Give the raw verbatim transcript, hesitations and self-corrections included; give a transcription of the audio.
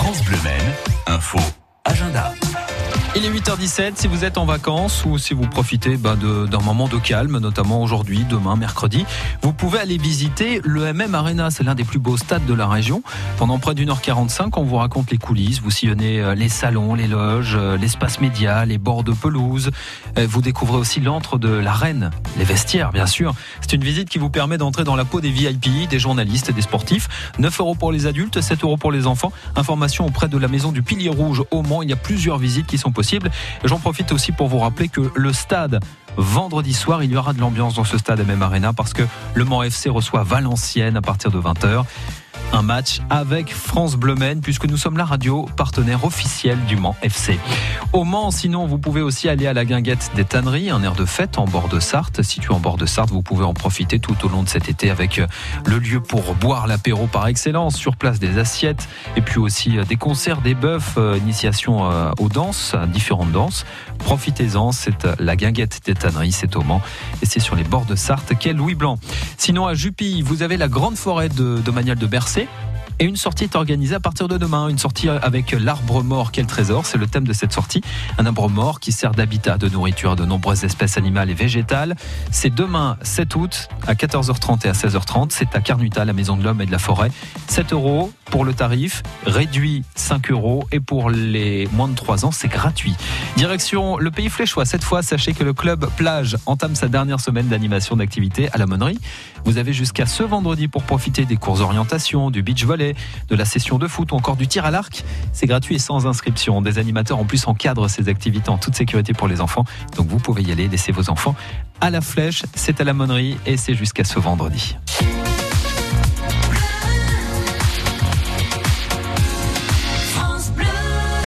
France Bleu Maine, info, agenda. Il est huit heures dix-sept, si vous êtes en vacances ou si vous profitez bah, de, d'un moment de calme, notamment aujourd'hui, demain, mercredi, vous pouvez aller visiter le M M Arena. C'est l'un des plus beaux stades de la région. Pendant près d'une heure quarante-cinq, on vous raconte les coulisses, vous sillonnez les salons, les loges, l'espace média, les bords de pelouse. Vous découvrez aussi l'antre de la reine, les vestiaires bien sûr. C'est une visite qui vous permet d'entrer dans la peau des V I P, des journalistes et des sportifs. neuf euros pour les adultes, sept euros pour les enfants. Information auprès de la maison du Pilier Rouge au Mans. Il y a plusieurs visites qui sont possibles. J'en profite aussi pour vous rappeler que le stade, vendredi soir, il y aura de l'ambiance dans ce stade M M Arena parce que le Mans F C reçoit Valenciennes à partir de vingt heures. Un match avec France Bleu Maine puisque nous sommes la radio partenaire officielle du Mans F C. Au Mans, sinon, vous pouvez aussi aller à la Guinguette des Tanneries, un air de fête en bord de Sarthe. Situé en bord de Sarthe, vous pouvez en profiter tout au long de cet été avec le lieu pour boire l'apéro par excellence. Sur place, des assiettes et puis aussi des concerts, des bœufs, initiation aux danses, différentes danses. Profitez-en, c'est la Guinguette des Tanneries, c'est au Mans et c'est sur les bords de Sarthe qu'est Louis Blanc. Sinon, à Jupille, vous avez la grande forêt de domaniale de Bercé. Et une sortie est organisée à partir de demain. Une sortie avec l'arbre mort, quel trésor. C'est le thème de cette sortie. Un arbre mort qui sert d'habitat, de nourriture à de nombreuses espèces animales et végétales. C'est demain, sept août, à quatorze heures trente et à seize heures trente. C'est à Carnuta, la maison de l'homme et de la forêt. sept euros pour le tarif, réduit cinq euros. Et pour les moins de trois ans, c'est gratuit. Direction le Pays Fléchois. Cette fois, sachez que le club Plage entame sa dernière semaine d'animation d'activité à la Monnerie. Vous avez jusqu'à ce vendredi pour profiter des cours d'orientation, du beach volley, de la session de foot ou encore du tir à l'arc. C'est gratuit et sans inscription. Des animateurs en plus encadrent ces activités en toute sécurité pour les enfants. Donc vous pouvez y aller, laisser vos enfants à la Flèche. C'est à la Monnerie et c'est jusqu'à ce vendredi.